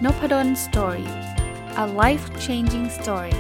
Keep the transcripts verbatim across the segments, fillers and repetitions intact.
Nopadon Story. A life-changing story.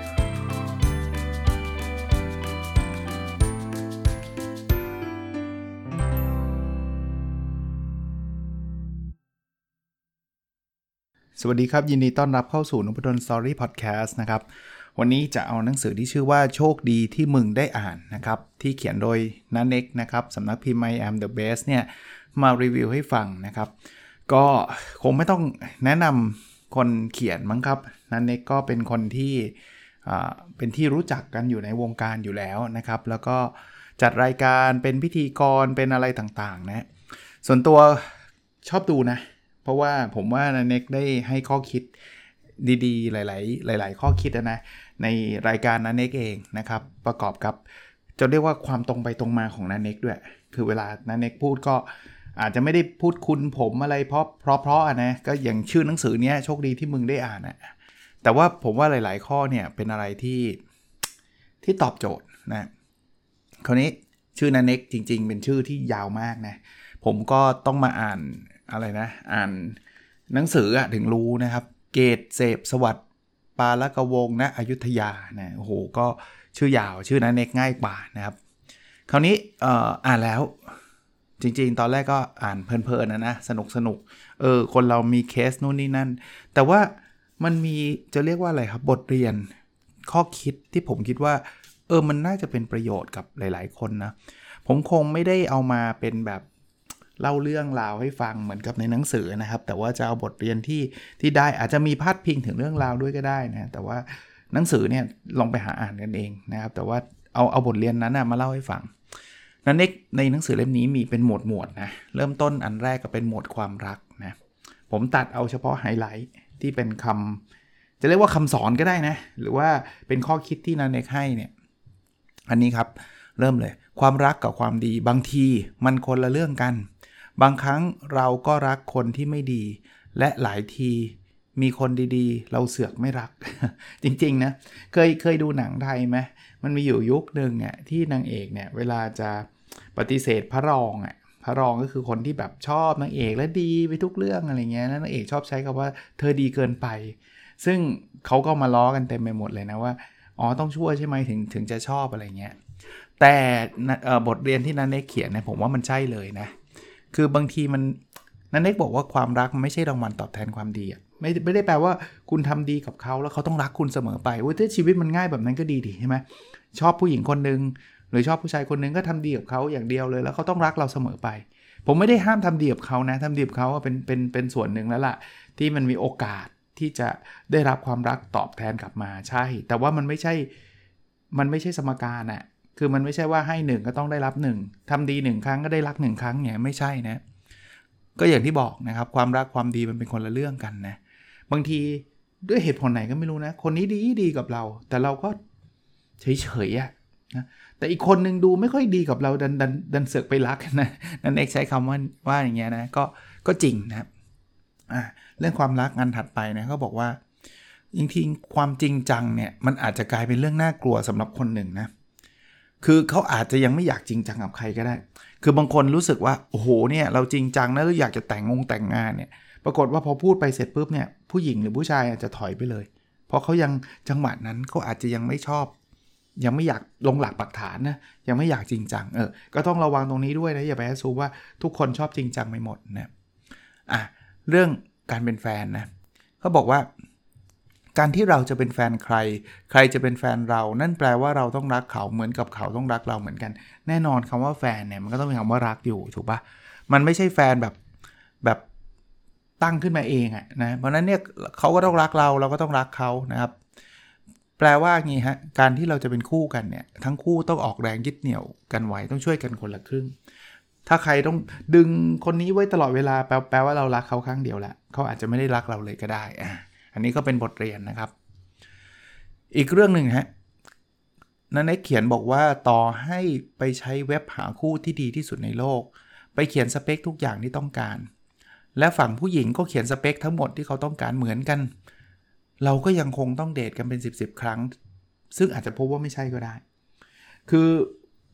สวัสดีครับยินดีต้อนรับเข้าสู่ Nopadon Story Podcast นะครับวันนี้จะเอาหนังสือที่ชื่อว่าโชคดีที่มึงได้อ่านนะครับที่เขียนโดยน้าเน็กนะครับสำนักพิมพ์ I am the best เนี่ยมารีวิวให้ฟังนะครับก็คงไม่ต้องแนะนำคนเขียนมั้งครับน้าเน็กก็เป็นคนที่เป็นที่รู้จักกันอยู่ในวงการอยู่แล้วนะครับแล้วก็จัดรายการเป็นพิธีกรเป็นอะไรต่างๆนะส่วนตัวชอบดูนะเพราะว่าผมว่าน้าเน็กได้ให้ข้อคิดดีๆหลายๆหลายๆข้อคิดนะในรายการน้าเน็กเองนะครับประกอบกับจะเรียกว่าความตรงไปตรงมาของน้าเน็กด้วยคือเวลาน้าเน็กพูดก็อาจจะไม่ได้พูดคุณผมอะไรเพราะเพราะเพราะนะก็อย่างชื่อหนังสือเนี้ยโชคดีที่มึงได้อ่านนะแต่ว่าผมว่าหลายๆข้อเนี่ยเป็นอะไรที่ที่ตอบโจทย์นะคราวนี้ชื่อน้าเน็กจริงๆเป็นชื่อที่ยาวมากนะผมก็ต้องมาอ่านอะไรนะอ่านหนังสืออะถึงรู้นะครับเกตเสพสวัสดิ์ปาลกวงศ์ณอยุธยานะโอ้โหก็ชื่อยาวชื่อนั้นเน็กง่ายกว่านะครับคราวนี้เอ่ออ่านแล้วจริงๆตอนแรกก็อ่านเพลินๆนะนะสนุกสนุกเออคนเรามีเคสนู่นนี่นั่นแต่ว่ามันมีจะเรียกว่าอะไรครับบทเรียนข้อคิดที่ผมคิดว่าเออมันน่าจะเป็นประโยชน์กับหลายๆคนนะผมคงไม่ได้เอามาเป็นแบบเล่าเรื่องราวให้ฟังเหมือนกับในหนังสือนะครับแต่ว่าจะเอาบทเรียนที่ที่ได้อาจจะมีพาดพิงถึงเรื่องราวด้วยก็ได้นะแต่ว่าหนังสือเนี่ยลองไปหาอ่านกันเองนะครับแต่ว่าเอาเอาบทเรียนนั้นนะมาเล่าให้ฟังนั้นในในหนังสือเล่มนี้มีเป็นหมวดหมวดนะเริ่มต้นอันแรกก็เป็นหมวดความรักนะผมตัดเอาเฉพาะไฮไลท์ที่เป็นคำจะเรียกว่าคำสอนก็ได้นะหรือว่าเป็นข้อคิดที่นันเอกให้เนี่ยอันนี้ครับเริ่มเลยความรักกับความดีบางทีมันคนละเรื่องกันบางครั้งเราก็รักคนที่ไม่ดีและหลายทีมีคนดีๆเราเสือกไม่รัก จริงๆนะเคยเคยดูหนังไทยไหมมันมีอยู่ยุคนึงอ่ะที่นางเอกเนี่ยเวลาจะปฏิเสธพระรองอ่ะพระรองก็คือคนที่แบบชอบนางเอกและดีไปทุกเรื่องอะไรเงี้ยแล้วนางเอกชอบใช้คำว่าเธอดีเกินไปซึ่งเขาก็มาล้อกันเต็มไปหมดเลยนะว่าอ๋อต้องชั่วใช่ไหมถึงถึงจะชอบอะไรเงี้ยแต่บทเรียนที่นันเนกเขียนเนี่ยผมว่ามันใช่เลยนะคือบางทีมันนันเน็กบอกว่าความรักมันไม่ใช่รางวัลตอบแทนความดีอ่ะไม่ไม่ได้แปลว่าคุณทำดีกับเขาแล้วเขาต้องรักคุณเสมอไปว่าถ้าชีวิตมันง่ายแบบนั้นก็ดีดิใช่ไหมชอบผู้หญิงคนนึงหรือชอบผู้ชายคนนึงก็ทำดีกับเขาอย่างเดียวเลยแล้วเขาต้องรักเราเสมอไปผมไม่ได้ห้ามทำดีกับเขานะทำดีกับเขาเป็นเป็นเป็นส่วนหนึ่งแล้วล่ะที่มันมีโอกาสที่จะได้รับความรักตอบแทนกลับมาใช่แต่ว่ามันไม่ใช่มันไม่ใช่สมการอ่ะคือมันไม่ใช่ว่าให้หนึ่งก็ต้องได้รับหนึ่งทำดีหนึ่งครั้งก็ได้รักหนึ่งครั้งเนี่ยไม่ใช่นะก็อย่างที่บอกนะครับความรักความดีมันเป็นคนละเรื่องกันนะบางทีด้วยเหตุผลไหนก็ไม่รู้นะคนนี้ดีดีกับเราแต่เราก็เฉยๆอ่ะนะแต่อีกคนนึงดูไม่ค่อยดีกับเราดันดันดันเสือกไปรักนะนั่นเองใช้คำว่าว่าอย่างเงี้ยนะก็ก็จริงนะครับอ่าเรื่องความรักอันถัดไปนะเขาบอกว่าจริงๆความจริงจังเนี่ยมันอาจจะกลายเป็นเรื่องน่ากลัวสำหรับคนหนึ่งนะคือเขาอาจจะยังไม่อยากจริงจังกับใครก็ได้คือบางคนรู้สึกว่าโอ้โหเนี่ยเราจริงจังนะเราอยากจะแต่งงงแต่งงานเนี่ยปรากฏว่าพอพูดไปเสร็จปุ๊บเนี่ยผู้หญิงหรือผู้ชายอาจจะถอยไปเลยเพราะเขายังจังหวะนั้นเขาอาจจะยังไม่ชอบยังไม่อยากลงหลักปักฐานนะยังไม่อยากจริงจังเออก็ต้องระวังตรงนี้ด้วยนะอย่าไปแอสซูมว่าทุกคนชอบจริงจังไปหมดนะอ่ะเรื่องการเป็นแฟนนะเขาบอกว่าการที่เราจะเป็นแฟนใครใครจะเป็นแฟนเรานั่นแปลว่าเราต้องรักเขาเหมือนกับเขาต้องรักเราเหมือนกันแน่นอนคำว่าแฟนเนี่ยมันก็ต้องมีคำว่ารักอยู่ถูกปะมันไม่ใช่แฟนแบบแบบตั้งขึ้นมาเองอะนะเพราะนั้นเนี่ยเขาก็ต้องรักเราเราก็ต้องรักเขานะครับแปลว่างี้ฮะการที่เราจะเป็นคู่กันเนี่ยทั้งคู่ต้องออกแรงยึดเหนี่ยวกันไว้ต้องช่วยกันคนละครึ่งถ้าใครต้องดึงคนนี้ไว้ตลอดเวลาแปลแปลว่าเรารักเขาครั้งเดียวแหละเขาอาจจะไม่ได้รักเราเลยก็ได้อ่ะอันนี้ก็เป็นบทเรียนนะครับอีกเรื่องหนึ่งฮะนันเน็กเขียนบอกว่าต่อให้ไปใช้เว็บหาคู่ที่ดีที่สุดในโลกไปเขียนสเปคทุกอย่างที่ต้องการและฝั่งผู้หญิงก็เขียนสเปคทั้งหมดที่เขาต้องการเหมือนกันเราก็ยังคงต้องเดทกันเป็นสิบสิบครั้งซึ่งอาจจะพบว่าไม่ใช่ก็ได้คือ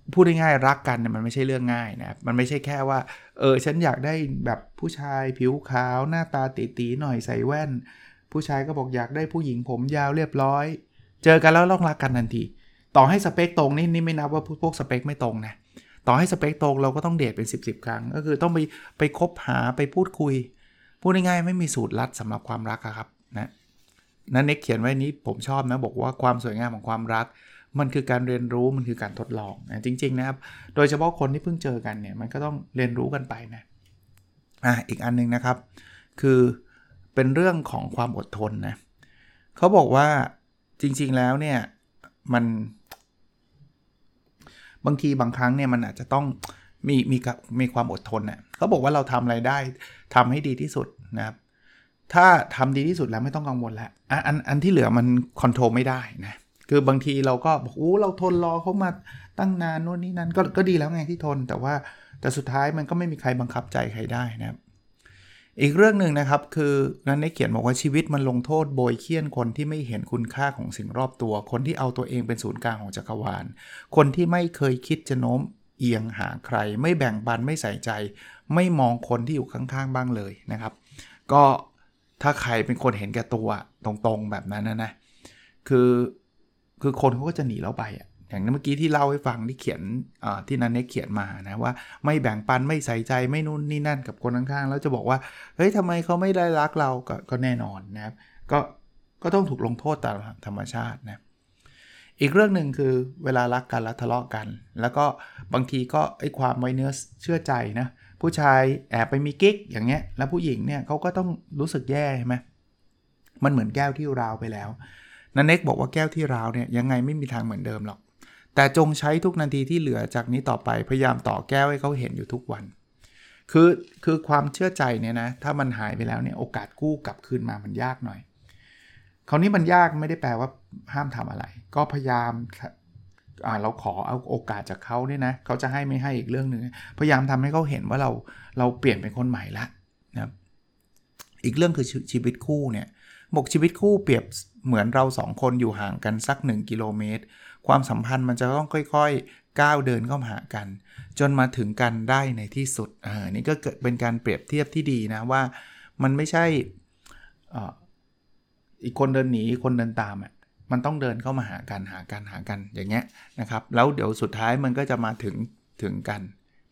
พูดง่ายๆรักกันเนี่ยมันไม่ใช่เรื่องง่ายนะมันไม่ใช่แค่ว่าเออฉันอยากได้แบบผู้ชายผิวขาวหน้าตาตี๋ๆหน่อยใส่แว่นผู้ชายก็บอกอยากได้ผู้หญิงผมยาวเรียบร้อยเจอกันแล้วต้องรักกันทันทีต่อให้สเปคตรงนี่นี่ไม่นับว่าพวกสเปคไม่ตรงนะต่อให้สเปคตรงเราก็ต้องเดทเป็นสิบ สิบครั้งก็คือต้องไปไปคบหาไปพูดคุยพูดง่ายๆไม่มีสูตรลัดสำหรับความรักครับนะนั่นเน็กเขียนไว้นี้ผมชอบนะบอกว่าความสวยงามของความรักมันคือการเรียนรู้มันคือการทดลองนะจริงๆนะครับโดยเฉพาะคนที่เพิ่งเจอกันเนี่ยมันก็ต้องเรียนรู้กันไปนะอ่ะอีกอันนึงนะครับคือเป็นเรื่องของความอดทนนะเขาบอกว่าจริงๆแล้วเนี่ยมันบางทีบางครั้งเนี่ยมันอาจจะต้องมีมีมีความอดทนนะเขาบอกว่าเราทำอะไรได้ทำให้ดีที่สุดนะครับถ้าทำดีที่สุดแล้วไม่ต้องกังวลแล้วอันอันที่เหลือมันคอนโทรลไม่ได้นะคือบางทีเราก็บอกโอ้เราทนรอเขามาตั้งนานนู่นนี่นั่นก็ก็ดีแล้วไงที่ทนแต่ว่าแต่สุดท้ายมันก็ไม่มีใครบังคับใจใครได้นะครับอีกเรื่องหนึ่งนะครับคือนั้นได้เขียนบอกว่าชีวิตมันลงโทษโบยเคี่ยนคนที่ไม่เห็นคุณค่าของสิ่งรอบตัวคนที่เอาตัวเองเป็นศูนย์กลางของจักรวาลคนที่ไม่เคยคิดจะโน้มเอียงหาใครไม่แบ่งปันไม่ใส่ใจไม่มองคนที่อยู่ข้างๆบ้างเลยนะครับก็ถ้าใครเป็นคนเห็นแก่ตัวตรงๆแบบนั้นนะนะคือคือคนเขาก็จะหนีเราไปอ่ะอย่างเมื่อกี้ที่เล่าให้ฟังที่เขียนที่นันเน็กเขียนมานะว่าไม่แบ่งปันไม่ใส่ใจไม่นู่นนี่นั่นกับคนข้างๆแล้วจะบอกว่าเฮ้ยทำไมเขาไม่ได้รักเราก็ก็แน่นอนนะครับก็ก็ต้องถูกลงโทษตามธรรมชาตินะอีกเรื่องนึงคือเวลารักกันแล้วทะเลาะกันแล้วก็บางทีก็ไอ้ความไว้เนื้อเชื่อใจนะผู้ชายแอบไปมีกิ๊กอย่างเงี้ยแล้วผู้หญิงเนี่ยเขาก็ต้องรู้สึกแย่ใช่ไหมมันเหมือนแก้วที่ราวไปแล้วนันเน็กบอกว่าแก้วที่ราวเนี่ยยังไงไม่มีทางเหมือนเดิมหรอกแต่จงใช้ทุกนาทีที่เหลือจากนี้ต่อไปพยายามต่อแก้วให้เขาเห็นอยู่ทุกวันคือคือความเชื่อใจเนี่ยนะถ้ามันหายไปแล้วเนี่ยโอกาสกู้กลับคืนมามันยากหน่อยคราวนี้มันยากไม่ได้แปลว่าห้ามทำอะไรก็พยายามอ่าเราขอเอาโอกาสจากเขาเนี่ยนะเขาจะให้ไม่ให้อีกเรื่องนึงพยายามทำให้เขาเห็นว่าเราเราเปลี่ยนเป็นคนใหม่ละนะครับอีกเรื่องคือชีวิตคู่เนี่ยบอกชีวิตคู่เปรียบเหมือนเราสองคนอยู่ห่างกันสักหนึ่งกิโลเมตรความสัมพันธ์มันจะต้องค่อยๆก้าวเดินเข้าหากันจนมาถึงกันได้ในที่สุดอ่านี่ก็เป็นการเปรียบเทียบที่ดีนะว่ามันไม่ใช่อ่าอีกคนเดินหนีอีกคนเดินตามอ่ะมันต้องเดินเข้ามาหากันหากันหากันอย่างเงี้ยนะครับแล้วเดี๋ยวสุดท้ายมันก็จะมาถึงถึงกัน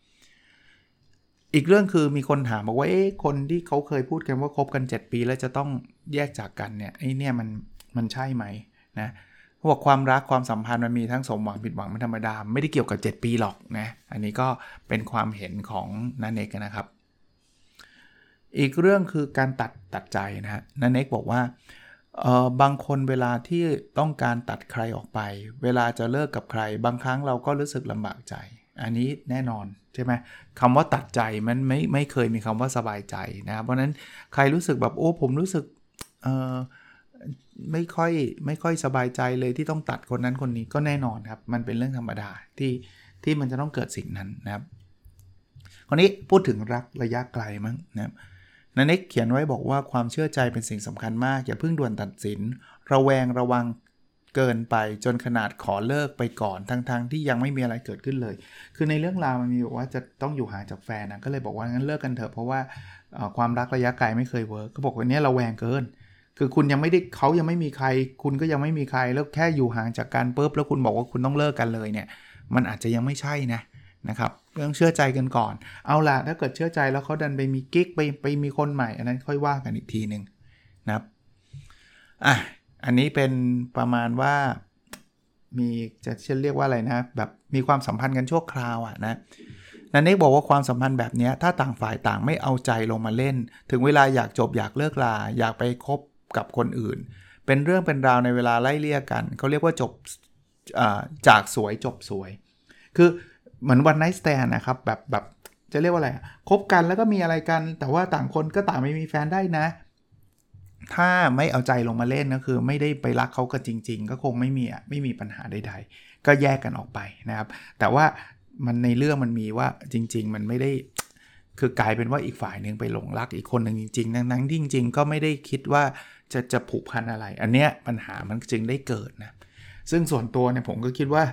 อีกเรื่องคือมีคนถามบอกว่าเอ๊ะคนที่เขาเคยพูดกันว่าคบกันเจ็ดปีแล้วจะต้องแยกจากกันเนี่ยไอ้เนี่ยมันมันใช่ไหมนะเพราะว่าความรักความสัมพันธ์มันมีทั้งสมหวังผิดหวังเป็นธรรมดาไม่ได้เกี่ยวกับเจ็ดปีหรอกนะอันนี้ก็เป็นความเห็นของนันเน็กนะครับอีกเรื่องคือการตัดตัดใจนะฮะนันเน็กบอกว่าเอ่อบางคนเวลาที่ต้องการตัดใครออกไปเวลาจะเลิกกับใครบางครั้งเราก็รู้สึกลำบากใจอันนี้แน่นอนใช่ไหมคำว่าตัดใจมันไม่ไม่เคยมีคำว่าสบายใจนะเพราะนั้นใครรู้สึกแบบโอ้ผมรู้สึกเอ่อไม่ค่อยไม่ค่อยสบายใจเลยที่ต้องตัดคนนั้นคนนี้ก็แน่นอนครับมันเป็นเรื่องธรรมดาที่ที่มันจะต้องเกิดสิ่งนั้นนะครับคราวนี้พูดถึงรักระยะไกลมั้งนะครับนันเน็กเขียนไว้บอกว่าความเชื่อใจเป็นสิ่งสำคัญมากอย่าเพิ่งด่วนตัดสินระแวงระวังเกินไปจนขนาดขอเลิกไปก่อนทั้งๆ ท, ที่ยังไม่มีอะไรเกิดขึ้นเลยคือในเรื่องราวมันมีบอกว่าจะต้องอยู่ห่างจากแฟนนะก็เลยบอกว่างั้นเลิกกันเถอะเพราะว่าความรักระยะไกลไม่เคยเวิร์กก็บอกว่านี้ระแวงเกินคือคุณยังไม่ได้เขายังไม่มีใครคุณก็ยังไม่มีใครแล้วแค่อยู่ห่างจากกันปุ๊บแล้วคุณบอกว่าคุณต้องเลิกกันเลยเนี่ยมันอาจจะยังไม่ใช่นะนะครับเรื่องเชื่อใจกันก่อนเอาล่ะถ้าเกิดเชื่อใจแล้วเขาดันไปมีกิ๊กไปไปมีคนใหม่อันนั้นค่อยว่ากันอีกทีนึงนะครับอ่ะอันนี้เป็นประมาณว่ามีจะเช่นเรียกว่าอะไรนะแบบมีความสัมพันธ์กันชั่วคราวอ่ะนะนันเน็กบอกว่าความสัมพันธ์แบบนี้ถ้าต่างฝ่ายต่างไม่เอาใจลงมาเล่นถึงเวลาอยากจบอยากเลิกลาอยากไปคบกับคนอื่นเป็นเรื่องเป็นราวในเวลาไล่เลี่ยกันเขาเรียกว่าจบจากสวยจบสวยคือเหมือนวันไนท์สแตนด์นะครับแบบแบบจะเรียกว่าอะไรคบกันแล้วก็มีอะไรกันแต่ว่าต่างคนก็ต่างไม่มีแฟนได้นะถ้าไม่เอาใจลงมาเล่นก็คือไม่ได้ไปรักเขากันจริงๆก็คงไม่มีไม่มีปัญหาใดๆก็แยกกันออกไปนะครับแต่ว่ามันในเรื่องมันมีว่าจริงๆมันไม่ได้คือกลายเป็นว่าอีกฝ่ายนึงไปหลงรักอีกคนนึงจริงๆทั้งๆที่จริงๆก็ไม่ได้คิดว่าจะจะผูกพันอะไรอันเนี้ยปัญหามันจึงได้เกิดนะซึ่งส่วนตัวเนี่ยผมก็คิดว่า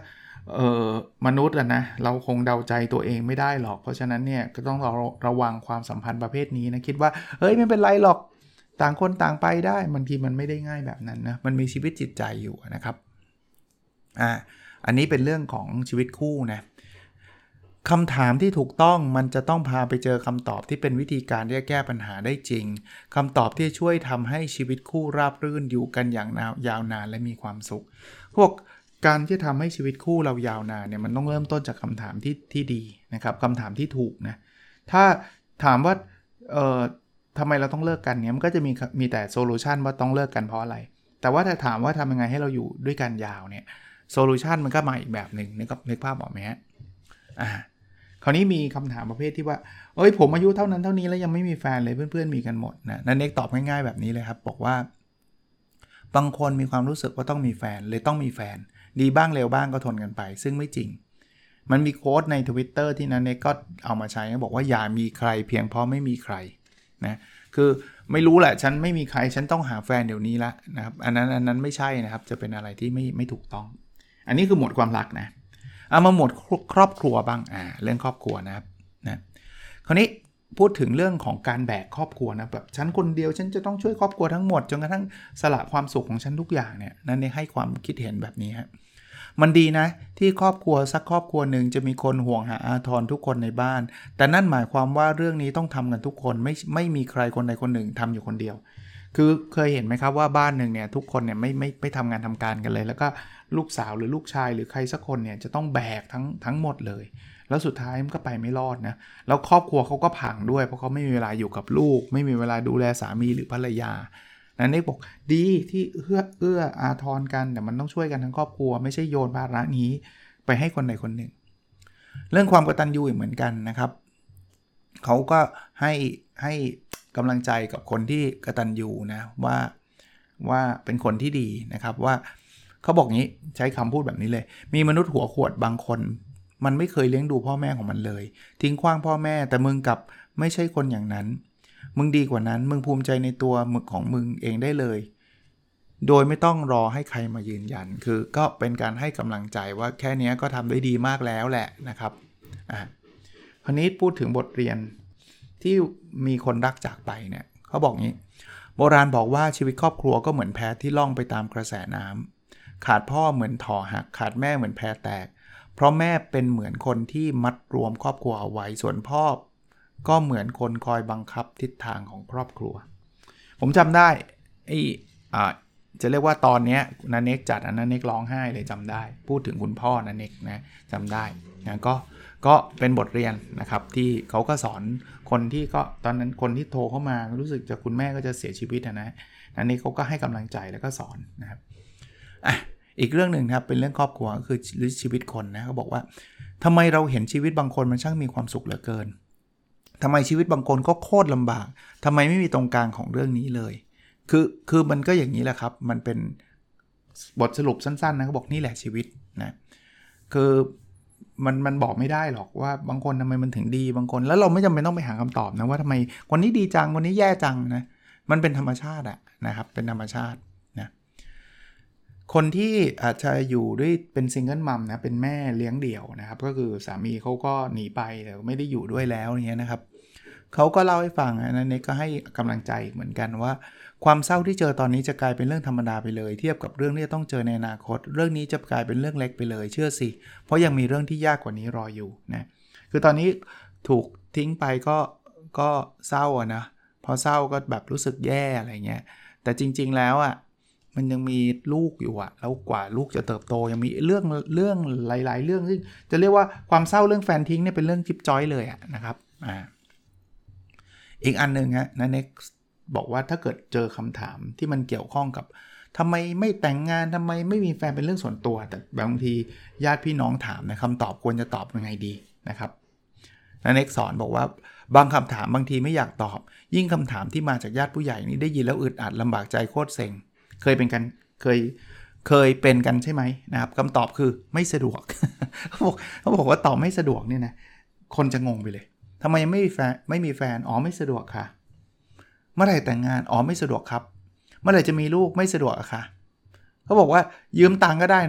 เอ่อมนุษย์อะนะเราคงเดาใจตัวเองไม่ได้หรอกเพราะฉะนั้นเนี่ยก็ต้องระระวังความสัมพันธ์ประเภทนี้นะคิดว่าเฮ้ยไม่เป็นไรหรอกต่างคนต่างไปได้บางทีมันไม่ได้ง่ายแบบนั้นนะมันมีชีวิตจิตใจอยู่นะครับอ่าอันนี้เป็นเรื่องของชีวิตคู่นะคำถามที่ถูกต้องมันจะต้องพาไปเจอคำตอบที่เป็นวิธีการที่จะแก้ปัญหาได้จริงคำตอบที่ช่วยทำให้ชีวิตคู่ราบรื่นอยู่กันอย่างยาวนานและมีความสุขพวกการที่ทำให้ชีวิตคู่เรายาวนานเนี่ยมันต้องเริ่มต้นจากคำถามที่ที่ดีนะครับคำถามที่ถูกนะถ้าถามว่าเอ่อทำไมเราต้องเลิกกันเนี่ยมันก็จะมีมีแต่โซลูชันว่าต้องเลิกกันเพราะอะไรแต่ว่าถ้าถามว่าทำยังไงให้เราอยู่ด้วยกันยาวเนี่ยโซลูชันมันก็มาอีกแบบหนึ่งนึกนึกภาพออกไหมฮะอ่าคราวนี้มีคำถามประเภทที่ว่าเอ้ยผมอายุเท่านั้นเท่านี้แล้วยังไม่มีแฟนเลยเพื่อนๆมีกันหมดนะนั่นเน็กตอบง่ายๆแบบนี้เลยครับบอกว่าบางคนมีความรู้สึกว่าต้องมีแฟนเลยต้องมีแฟนดีบ้างเร็วบ้างก็ทนกันไปซึ่งไม่จริงมันมีโค้ดใน Twitter ที่นั่นเน็กก็เอามาใช้บอกว่าอย่ามีใครเพียงเพราะไม่มีใครนะคือไม่รู้แหละฉันไม่มีใครฉันต้องหาแฟนเดี๋ยวนี้ละนะครับอันนั้นอันนั้นไม่ใช่นะครับจะเป็นอะไรที่ไม่ไม่ถูกต้องอันนี้คือหมวดความรักนะเอามาหมวดครอบครัวบ้างอ่าเรื่องครอบครัวนะครับนะคราวนี้พูดถึงเรื่องของการแบกครอบครัวนะแบบฉันคนเดียวฉันจะต้องช่วยครอบครัวทั้งหมดจนกระทั่งสละความสุขของฉันทุกอย่างเนี่ยนั่นเองให้ความคิดเห็นแบบนี้ฮะมันดีนะที่ครอบครัวสักครอบครัวหนึ่งจะมีคนห่วงหาอาทรทุกคนในบ้านแต่นั่นหมายความว่าเรื่องนี้ต้องทำกันทุกคนไม่ไม่มีใครคนใดคนหนึ่งทำอยู่คนเดียวคือเคยเห็นไหมครับว่าบ้านหนึ่งเนี่ยทุกคนเนี่ยไม่ไม่ไม่ทำงานทำการกันเลยแล้วก็ลูกสาวหรือลูกชายหรือใครสักคนเนี่ยจะต้องแบกทั้งทั้งหมดเลยแล้วสุดท้ายมันก็ไปไม่รอดนะแล้วครอบครัวเขาก็พังด้วยเพราะเขาไม่มีเวลาอยู่กับลูกไม่มีเวลาดูแลสามีหรือภรรยานั่นเองบอกดีที่เอื้อเอื้ออาทรกันแต่มันต้องช่วยกันทั้งครอบครัวไม่ใช่โยนภาระนี้ไปให้คนใดคนหนึ่งเรื่องความกตัญญูเหมือนกันนะครับเขาก็ให้ให้กำลังใจกับคนที่กตัญญูนะว่าว่าเป็นคนที่ดีนะครับว่าเขาบอกงี้ใช้คำพูดแบบนี้เลยมีมนุษย์หัวขวดบางคนมันไม่เคยเลี้ยงดูพ่อแม่ของมันเลยทิ้งขว้างพ่อแม่แต่มึงกลับไม่ใช่คนอย่างนั้นมึงดีกว่านั้นมึงภูมิใจในตัวมึกของมึงเองได้เลยโดยไม่ต้องรอให้ใครมายืนยันคือก็เป็นการให้กำลังใจว่าแค่นี้ก็ทำได้ดีมากแล้วแหละนะครับอ่ะคราวนี้พูดถึงบทเรียนที่มีคนรักจากไปเนี่ยเขาบอกงี้โบราณบอกว่าชีวิตครอบครัวก็เหมือนแพที่ล่องไปตามกระแสน้ำขาดพ่อเหมือนถ่อหักขาดแม่เหมือนแพแตกเพราะแม่เป็นเหมือนคนที่มัดรวมครอบครัวเอาไว้ส่วนพ่อก็เหมือนคนคอยบังคับทิศทางของครอบครัวผมจำได้ไอ้อ่าจะเรียกว่าตอนนี้นันเน็กจัดอันนันเน็กร้องไห้เลยจำได้พูดถึงคุณพ่อนันเน็กนะจำได้นะก็ก็เป็นบทเรียนนะครับที่เขาก็สอนคนที่ก็ตอนนั้นคนที่โทรเข้ามารู้สึกจะคุณแม่ก็จะเสียชีวิตนะนันเน็กเขาก็ให้กำลังใจแล้วก็สอนนะครับอ่ะอีกเรื่องหนึ่งครับเป็นเรื่องครอบครัวก็คือชีวิตคนนะเขาบอกว่าทำไมเราเห็นชีวิตบางคนมันช่างมีความสุขเหลือเกินทำไมชีวิตบางคนก็โคตรลำบากทำไมไม่มีตรงกลางของเรื่องนี้เลยคือคือมันก็อย่างนี้แหละครับมันเป็นบทสรุปสั้นๆนะเขาบอกนี่แหละชีวิตนะคือมันมันบอกไม่ได้หรอกว่าบางคนทำไมมันถึงดีบางคนแล้วเราไม่จำเป็นต้องไปหาคำตอบนะว่าทำไมคนนี้ดีจังคนนี้แย่จังนะมันเป็นธรรมชาติอะนะครับเป็นธรรมชาตินะคนที่อาจจะอยู่ด้วยเป็นซิงเกิลมัมนะเป็นแม่เลี้ยงเดี่ยวนะครับก็คือสามีเขาก็หนีไปแต่ไม่ได้อยู่ด้วยแล้วอย่างเงี้ยนะครับเขาก็เล่าให้ฟังนะนี่ก็ให้กำลังใจเหมือนกันว่าความเศร้าที่เจอตอนนี้จะกลายเป็นเรื่องธรรมดาไปเลยเทียบกับเรื่องที่จะต้องเจอในอนาคตเรื่องนี้จะกลายเป็นเรื่องเล็กไปเลยเชื่อสิเพราะยังมีเรื่องที่ยากกว่านี้รออยู่นะคือตอนนี้ถูกทิ้งไปก็ก็เศร้าอะนะพอเศร้าก็แบบรู้สึกแย่อะไรเงี้ยแต่จริงๆแล้วอะมันยังมีลูกอยู่อะแล้วกว่าลูกจะเติบโตยังมีเรื่องเรื่องหลายๆเรื่องซึ่งจะเรียกว่าความเศร้าเรื่องแฟนทิ้งเนี่ยเป็นเรื่องจิ๊บจ้อยเลยอะนะครับอ่าอีกอันนึงฮะนะเน็กบอกว่าถ้าเกิดเจอคำถามที่มันเกี่ยวข้องกับทำไมไม่แต่งงานทำไมไม่มีแฟนเป็นเรื่องส่วนตัวแต่บางทีญาติพี่น้องถามนะคำตอบควรจะตอบยังไงดีนะครับนะเน็กสอนบอกว่าบางคำถามบางทีไม่อยากตอบยิ่งคำถามที่มาจากญาติผู้ใหญ่นี่ได้ยินแล้วอึดอัดลำบากใจโคตรเซ็งเคยเป็นกันเคยเคยเป็นกันใช่ไหมนะครับคำตอบคือไม่สะดวก เขาบอกเขาบอกว่าตอบไม่สะดวกเนี่ยนะคนจะงงไปเลยทำไมยังไม่มีแฟนไม่มีแฟนอ๋อไม่สะดวกค่ะเมื่อไหร่แต่งงานอ๋อไม่สะดวกครับเมื่อไหร่จะมีลูกไม่สะดวกอะค่ะเขาบอกว่ายืมตังค์ก็ได้นะ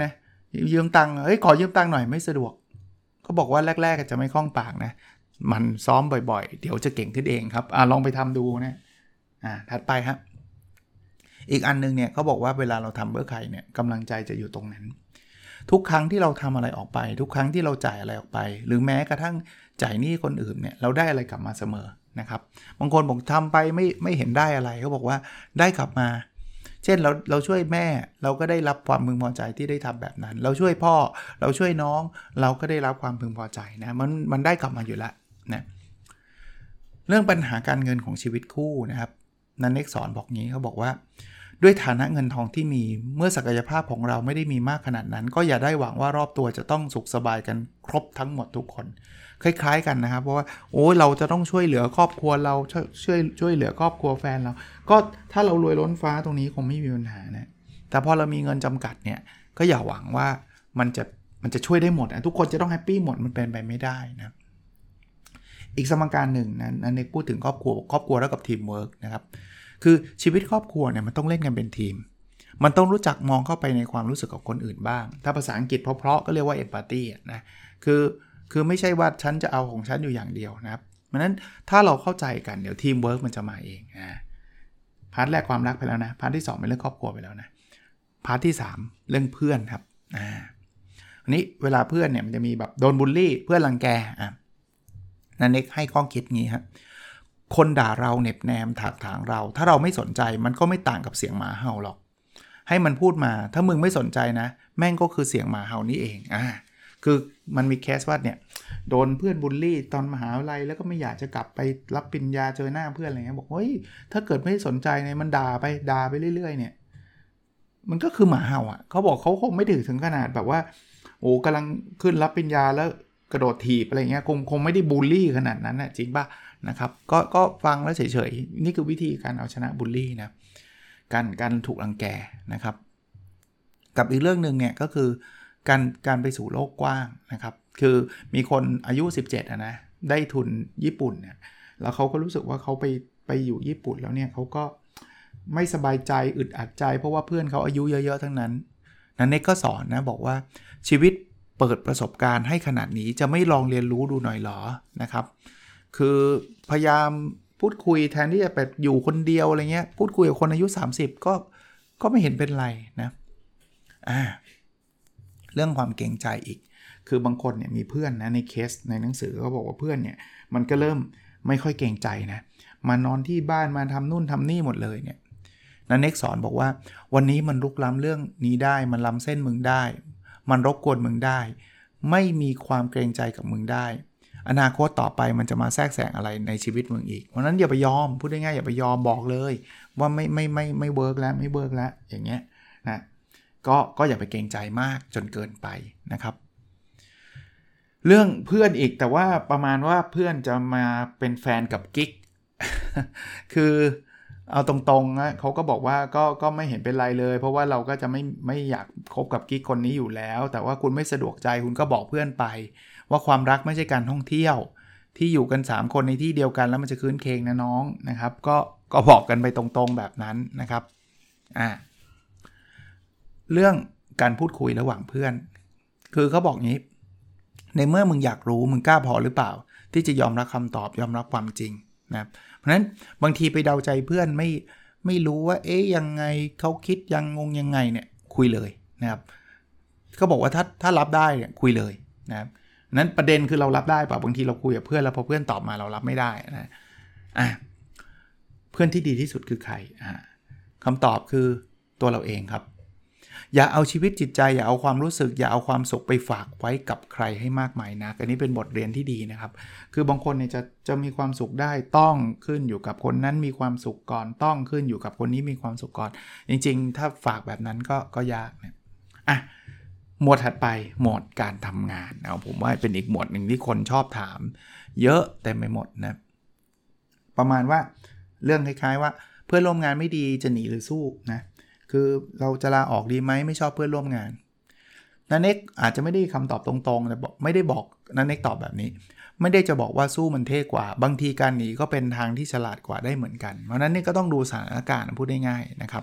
ยืมตังค์เฮ้ยขอยืมตังค์หน่อยไม่สะดวกเขาบอกว่าแรกๆจะไม่คล่องปากนะมันซ้อมบ่อยๆเดี๋ยวจะเก่งขึ้นเองครับอ่ะลองไปทำดูนะอ่าถัดไปครับอีกอันนึงเนี่ยเขาบอกว่าเวลาเราทำเพื่อใครเนี่ยกำลังใจจะอยู่ตรงนั้นทุกครั้งที่เราทำอะไรออกไปทุกครั้งที่เราจ่ายอะไรออกไปหรือแม้กระทั่งจ่ายหนี้คนอื่นเนี่ยเราได้อะไรกลับมาเสมอนะครับบางคนบอกทำไปไม่ไม่เห็นได้อะไรเขาบอกว่าได้กลับมาเช่นเราเราช่วยแม่เราก็ได้รับความพึงพอใจที่ได้ทำแบบนั้นเราช่วยพ่อเราช่วยน้องเราก็ได้รับความพึงพอใจนะมันมันได้กลับมาอยู่แล้วนะเรื่องปัญหาการเงินของชีวิตคู่นะครับนันเน็กสอนบอกงี้เขาบอกว่าด้วยฐานะเงินทองที่มีเมื่อศักยภาพของเราไม่ได้มีมากขนาดนั้นก็อย่าได้หวังว่ารอบตัวจะต้องสุขสบายกันครบทั้งหมดทุกคนคล้ายๆกันนะครับเพราะว่าโอ้ยเราจะต้องช่วยเหลือครอบครัวเราช่วยช่วยช่วยเหลือครอบครัวแฟนเราก็ถ้าเรารวยล้นฟ้าตรงนี้คงไม่มีปัญหานะแต่พอเรามีเงินจำกัดเนี่ยก็อย่าหวังว่ามันจะมันจะช่วยได้หมดนะทุกคนจะต้องแฮปปี้หมดมันเป็นไปไม่ได้นะอีกสมการหนึ่งนะนันเน็กพูดถึงครอบครัวครอบครัวแล้วกับทีมเวิร์กนะครับคือชีวิตครอบครัวเนี่ยมันต้องเล่นกันเป็นทีมมันต้องรู้จักมองเข้าไปในความรู้สึกของคนอื่นบ้างถ้าภาษาอังกฤษเพราะๆก็เรียกว่าเอมพาธีนะคือคือไม่ใช่ว่าฉันจะเอาของฉันอยู่อย่างเดียวนะครับเพราะนั้นถ้าเราเข้าใจกันเดี๋ยวทีมเวิร์กมันจะมาเองอ่าพาร์ทแรกความรักไปแล้วนะพาร์ทที่สองเป็นเรื่องครอบครัวไปแล้วนะพาร์ทที่สามเรื่องเพื่อนครับอ่าอันนี้เวลาเพื่อนเนี่ยมันจะมีแบบโดนบูลลี่เพื่อนรังแกอ่ะนันเน็กให้ข้อคิดงี้ครับคนด่าเราเน็บแนมถากถางเราถ้าเราไม่สนใจมันก็ไม่ต่างกับเสียงหมาเห่าหรอกให้มันพูดมาถ้ามึงไม่สนใจนะแม่งก็คือเสียงหมาเห่านี่เองอ่าคือมันมีเคสว่าเนี่ยโดนเพื่อนบูลลี่ตอนมหาวิทยาลัยแล้วก็ไม่อยากจะกลับไปรับปริญญาเจอหน้าเพื่อนอะไรเงี้ยบอกเฮ้ยถ้าเกิดไม่สนใจเนี่ยมันด่าไปด่าไปเรื่อยๆเนี่ยมันก็คือหมาเห่าอ่ะเขาบอกเขาคงไม่ถึงถึงขนาดแบบว่าโอ้กำลังขึ้นรับปริญญาแล้วกระโดดถีบอะไรเงี้ยคงคงไม่ได้บูลลี่ขนาดนั้นนะจริงป่ะนะครับก็ก็ฟังแล้วเฉยๆนี่คือวิธีการเอาชนะบูลลี่นะการการถูกรังแกนะครับกับอีกเรื่องนึงเนี่ยก็คือการการไปสู่โลกกว้างนะครับคือมีคนอายุสิบเจ็ดอ่ะนะได้ทุนญี่ปุ่นเนี่ยแล้วเขาก็รู้สึกว่าเขาไปไปอยู่ญี่ปุ่นแล้วเนี่ยเขาก็ไม่สบายใจอึดอัดใจเพราะว่าเพื่อนเขาอายุเยอะๆทั้งนั้นนั้นเน็กก็สอนนะบอกว่าชีวิตเปิดประสบการณ์ให้ขนาดนี้จะไม่ลองเรียนรู้ดูหน่อยหรอนะครับคือพยายามพูดคุยแทนที่จะไปอยู่คนเดียวอะไรเงี้ยพูดคุยกับคนอายุสามสิบก็ก็ไม่เห็นเป็นไรนะอ่าเรื่องความเกรงใจอีกคือบางคนเนี่ยมีเพื่อนนะในเคสในหนังสือเขาบอกว่าเพื่อนเนี่ยมันก็เริ่มไม่ค่อยเกรงใจนะมานอนที่บ้านมาทำนู่นทำนี่หมดเลยเนี่ยนันเน็กสอนบอกว่าวันนี้มันลุกล้ำเรื่องนี้ได้มันล้ำเส้นมึงได้มันรบกวนมึงได้ไม่มีความเกรงใจกับมึงได้อนาคตต่อไปมันจะมาแทรกแซงอะไรในชีวิตมึงอีกเพราะนั้นอย่าไปยอมพูดง่ายๆอย่าไปยอมบอกเลยว่าไม่ไม่ไม่ไม่เวิร์กแล้วไม่เวิร์กแล้วอย่างเงี้ยนะก็ก็อย่าไปเกรงใจมากจนเกินไปนะครับเรื่องเพื่อนอีกแต่ว่าประมาณว่าเพื่อนจะมาเป็นแฟนกับกิ๊ก คือเอาตรงๆนะเขาก็บอกว่าก็ก็ไม่เห็นเป็นไรเลยเพราะว่าเราก็จะไม่ไม่อยากคบกับกิ๊กคนนี้อยู่แล้วแต่ว่าคุณไม่สะดวกใจคุณก็บอกเพื่อนไปว่าความรักไม่ใช่การท่องเที่ยวที่อยู่กันสามคนในที่เดียวกันแล้วมันจะคืนเคงนะน้องนะครับก็ก็บอกกันไปตรงๆแบบนั้นนะครับอ่าเรื่องการพูดคุยระหว่างเพื่อนคือเขาบอกงี้ในเมื่อมึงอยากรู้มึงกล้าพอหรือเปล่าที่จะยอมรับคำตอบยอมรับความจริงนะเพราะฉะนั้นบางทีไปเดาใจเพื่อนไม่ไม่รู้ว่าเอ๊ยยังไงเขาคิดยังงงยังไงเนี่ยคุยเลยนะครับเขาบอกว่าถ้าถ้ารับได้เนี่ยคุยเลยนะครับนั้นประเด็นคือเรารับได้ป่ะบางทีเราคุยกับเพื่อนแล้วพอเพื่อนตอบมาเรารับไม่ได้นะอ่ะเพื่อนที่ดีที่สุดคือใครอ่าคำตอบคือตัวเราเองครับอย่าเอาชีวิตจิตใจอย่าเอาความรู้สึกอย่าเอาความสุขไปฝากไว้กับใครให้มากมายนะอันนี้เป็นบทเรียนที่ดีนะครับคือบางคนเนี่ยจะจะมีความสุขได้ต้องขึ้นอยู่กับคนนั้นมีความสุขก่อนต้องขึ้นอยู่กับคนนี้มีความสุขก่อนจริงๆถ้าฝากแบบนั้นก็ก็ยากนะอ่ะหมวดถัดไปหมวดการทำงานเอาผมว่าเป็นอีกหมวดหนึ่งที่คนชอบถามเยอะเต็มไปหมดนะประมาณว่าเรื่องคล้ายๆว่าเพื่อนร่วมงานไม่ดีจะหนีหรือสู้นะคือเราจะลาออกดีไหมไม่ชอบเพื่อนร่วมงานนันเน็กอาจจะไม่ได้คำตอบตรงๆแต่บอกไม่ได้บอกนันเน็กตอบแบบนี้ไม่ได้จะบอกว่าสู้มันเท่กว่าบางทีการหนีก็เป็นทางที่ฉลาดกว่าได้เหมือนกันเพราะนั้นนี่ก็ต้องดูสถานการณ์พูดได้ง่ายนะครับ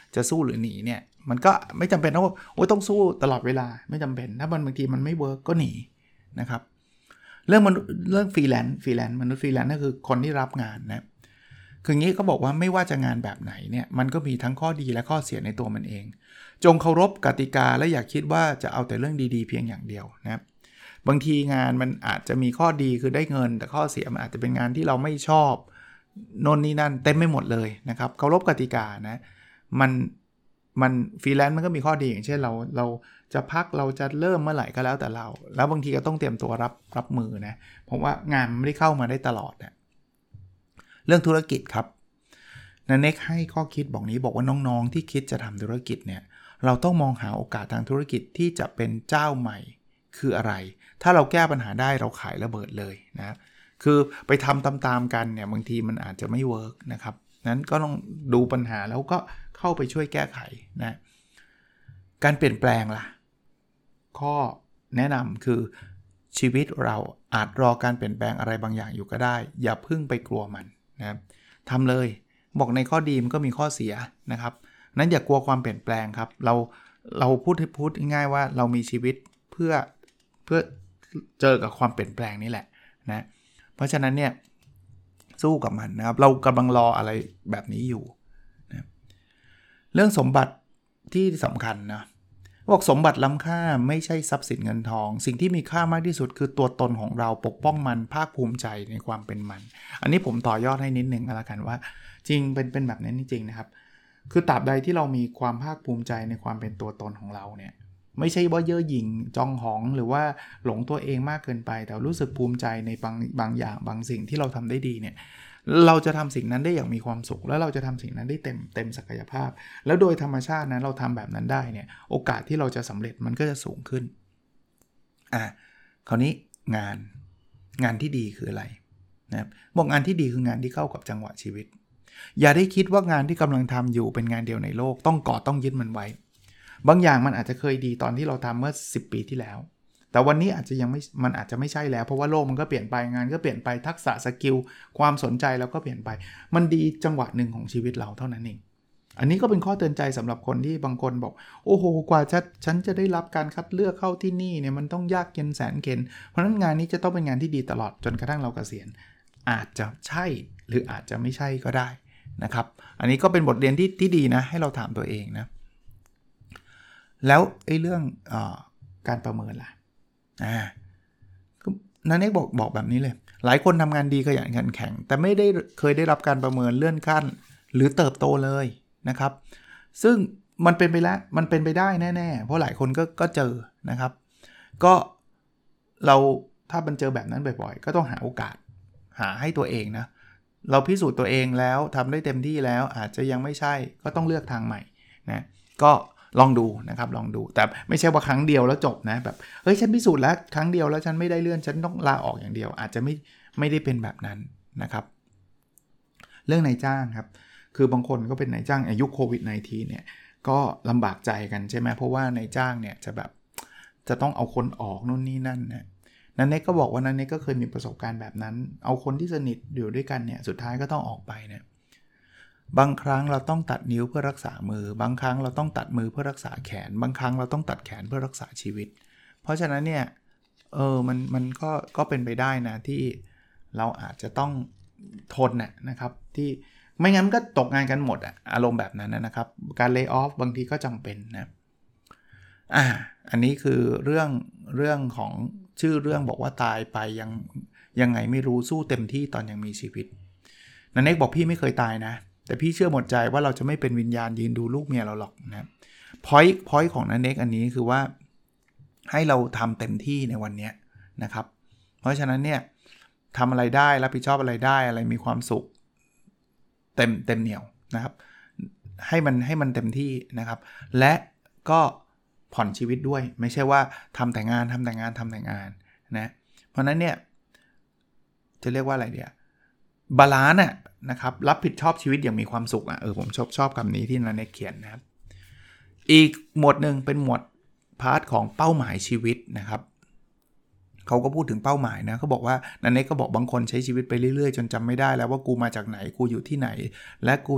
จะสู้หรือหนีเนี่ยมันก็ไม่จำเป็นว่าโอ้ต้องสู้ตลอดเวลาไม่จำเป็นถ้ามันบางทีมันไม่เวิร์กก็หนีนะครับเรื่องมันเรื่องฟรีแลนซ์ฟรีแลนซ์มนุษย์ฟรีแลนซ์ก็คือคนที่รับงานนะคืองี้ก็บอกว่าไม่ว่าจะงานแบบไหนเนี่ยมันก็มีทั้งข้อดีและข้อเสียในตัวมันเองจงเคารพกติกาและอย่าคิดว่าจะเอาแต่เรื่องดีๆเพียงอย่างเดียวนะครับบางทีงานมันอาจจะมีข้อดีคือได้เงินแต่ข้อเสียมันอาจจะเป็นงานที่เราไม่ชอบโน่นนี่นั่นเต็มไม่หมดเลยนะครับเคารพกติกานะมันมันฟรีแลนซ์มันก็มีข้อดีอย่างเช่นเราเราจะพักเราจะเริ่มเมื่อไหร่ก็แล้วแต่เราแล้วบางทีก็ต้องเตรียมตัวรับรับมือนะเพราะว่างานมันไม่ได้เข้ามาได้ตลอดนะเรื่องธุรกิจครับนันเน็กให้ข้อคิดบอกนี้บอกว่าน้องๆที่คิดจะทำธุรกิจเนี่ยเราต้องมองหาโอกาสทางธุรกิจที่จะเป็นเจ้าใหม่คืออะไรถ้าเราแก้ปัญหาได้เราขายระเบิดเลยนะคือไปทำตามๆกันเนี่ยบางทีมันอาจจะไม่เวิร์กนะครับนั้นก็ต้องดูปัญหาแล้วก็เข้าไปช่วยแก้ไขนะการเปลี่ยนแปลงล่ะข้อแนะนำคือชีวิตเราอาจรอการเปลี่ยนแปลงอะไรบางอย่างอยู่ก็ได้อย่าเพิ่งไปกลัวมันนะครับทำเลยบอกในข้อดีมันก็มีข้อเสียนะครับนั้นอย่ากลัวความเปลี่ยนแปลงครับเราเราพูดพูดง่ายๆว่าเรามีชีวิตเพื่อเพื่อเจอกับความเปลี่ยนแปลงนี่แหละนะเพราะฉะนั้นเนี่ยสู้กับมันนะครับเรากำลังรออะไรแบบนี้อยู่นะเรื่องสมบัติที่สำคัญนะบอกสมบัติล้ำค่าไม่ใช่ทรัพย์สินเงินทองสิ่งที่มีค่ามากที่สุดคือตัวตนของเราปกป้องมันภาคภูมิใจในความเป็นมันอันนี้ผมต่อยอดให้นิดนึงก็แล้วกันว่าจริงเป็นเป็นแบบนั้นจริงๆนะครับคือตราบใดที่เรามีความภาคภูมิใจในความเป็นตัวตนของเราเนี่ยไม่ใช่ว่าเย่อหยิ่งจองหองหรือว่าหลงตัวเองมากเกินไปแต่รู้สึกภูมิใจในบางบางอย่างบางสิ่งที่เราทำได้ดีเนี่ยเราจะทำสิ่งนั้นได้อย่างมีความสุขแล้วเราจะทำสิ่งนั้นได้เต็มเต็มศักยภาพแล้วโดยธรรมชาตินะเราทำแบบนั้นได้เนี่ยโอกาสที่เราจะสำเร็จมันก็จะสูงขึ้นอ่ะคราวนี้งานงานที่ดีคืออะไรนะครับบอกงานที่ดีคืองานที่เข้ากับจังหวะชีวิตอย่าได้คิดว่างานที่กำลังทำอยู่เป็นงานเดียวในโลกต้องกอดต้องยึดมันไว้บางอย่างมันอาจจะเคยดีตอนที่เราทำเมื่อสิบปีที่แล้วแต่วันนี้อาจจะยังไม่มันอาจจะไม่ใช่แล้วเพราะว่าโลกมันก็เปลี่ยนไปงานก็เปลี่ยนไปทักษะสกิลความสนใจแล้วก็เปลี่ยนไปมันดีจังหวะหนึ่งของชีวิตเราเท่านั้นเองอันนี้ก็เป็นข้อเตือนใจสำหรับคนที่บางคนบอกโอ้โหกว่าจะฉันจะได้รับการคัดเลือกเข้าที่นี่เนี่ยมันต้องยากเย็นแสนเข็ญเพราะฉะนั้นงานนี้จะต้องเป็นงานที่ดีตลอดจนกระทั่งเราเกษียณอาจจะใช่หรืออาจจะไม่ใช่ก็ได้นะครับอันนี้ก็เป็นบทเรียนที่ที่ดีนะให้เราถามตัวเองนะแล้วไอ้เรื่องเอ่อการประเมินล่ะอ่านันเอกบอกบอกแบบนี้เลยหลายคนทำงานดีขยันขันแข็งแต่ไม่ได้เคยได้รับการประเมินเลื่อนขั้นหรือเติบโตเลยนะครับซึ่งมันเป็นไปแล้วมันเป็นไปได้แน่ๆเพราะหลายคนก็ก็เจอนะครับก็เราถ้ามันเจอแบบนั้นบ่อยๆก็ต้องหาโอกาสหาให้ตัวเองนะเราพิสูจน์ตัวเองแล้วทำได้เต็มที่แล้วอาจจะยังไม่ใช่ก็ต้องเลือกทางใหม่นะก็ลองดูนะครับลองดูแต่ไม่ใช่ว่าครั้งเดียวแล้วจบนะแบบเฮ้ยฉันพิสูจน์แล้วครั้งเดียวแล้วฉันไม่ได้เลื่อนฉันต้องลาออกอย่างเดียวอาจจะไม่ไม่ได้เป็นแบบนั้นนะครับเรื่องนายจ้างครับคือบางคนก็เป็นนายจ้างอายุโควิด สิบเก้า เนี่ยก็ลำบากใจกันใช่ไหมเพราะว่านายจ้างเนี่ยจะแบบจะต้องเอาคนออกนู่นนี่นั่นนะนันเน็กก็บอกว่านันเน็กก็เคยมีประสบการณ์แบบนั้นเอาคนที่สนิทอยู่ด้วยกันเนี่ยสุดท้ายก็ต้องออกไปเนี่ยบางครั้งเราต้องตัดนิ้วเพื่อรักษามือบางครั้งเราต้องตัดมือเพื่อรักษาแขนบางครั้งเราต้องตัดแขนเพื่อรักษาชีวิตเพราะฉะนั้นเนี่ยเออมันมันก็ก็เป็นไปได้นะที่เราอาจจะต้องทนน่ะนะครับที่ไม่งั้นก็ตกงานกันหมดอ่ะอารมณ์แบบนั้นนะครับการเลย์ออฟบางทีก็จำเป็นนะอ่าอันนี้คือเรื่องเรื่องของชื่อเรื่องบอกว่าตายไปยังยังไงไม่รู้สู้เต็มที่ตอนยังมีชีวิตนันเน็กบอกพี่ไม่เคยตายนะแต่พี่เชื่อหมดใจว่าเราจะไม่เป็นวิญญาณยืนดูลูกเมียเราหรอกนะพอยต์พอยต์ของนันเน็กอันนี้คือว่าให้เราทำเต็มที่ในวันนี้นะครับเพราะฉะนั้นเนี่ยทำอะไรได้รับผิดชอบอะไรได้อะไรมีความสุขเต็มเต็มเหนียวนะครับให้มันให้มันเต็มที่นะครับและก็ผ่อนชีวิตด้วยไม่ใช่ว่าทำแต่งานทำแต่งานทำแต่งานนะเพราะนั้นเนี่ยจะเรียกว่าอะไรเดียวบาลานซ์น่ะนะครับรับผิดชอบชีวิตอย่างมีความสุขอ่ะเออผมชอบชอบคำนี้ที่นันเน็กเขียนนะครับอีกหมวดหนึ่งเป็นหมวดพาร์ทของเป้าหมายชีวิตนะครับเขาก็พูดถึงเป้าหมายนะเขาบอกว่านันเน็กก็บอกบางคนใช้ชีวิตไปเรื่อยๆจนจำไม่ได้แล้วว่ากูมาจากไหนกูอยู่ที่ไหนและกู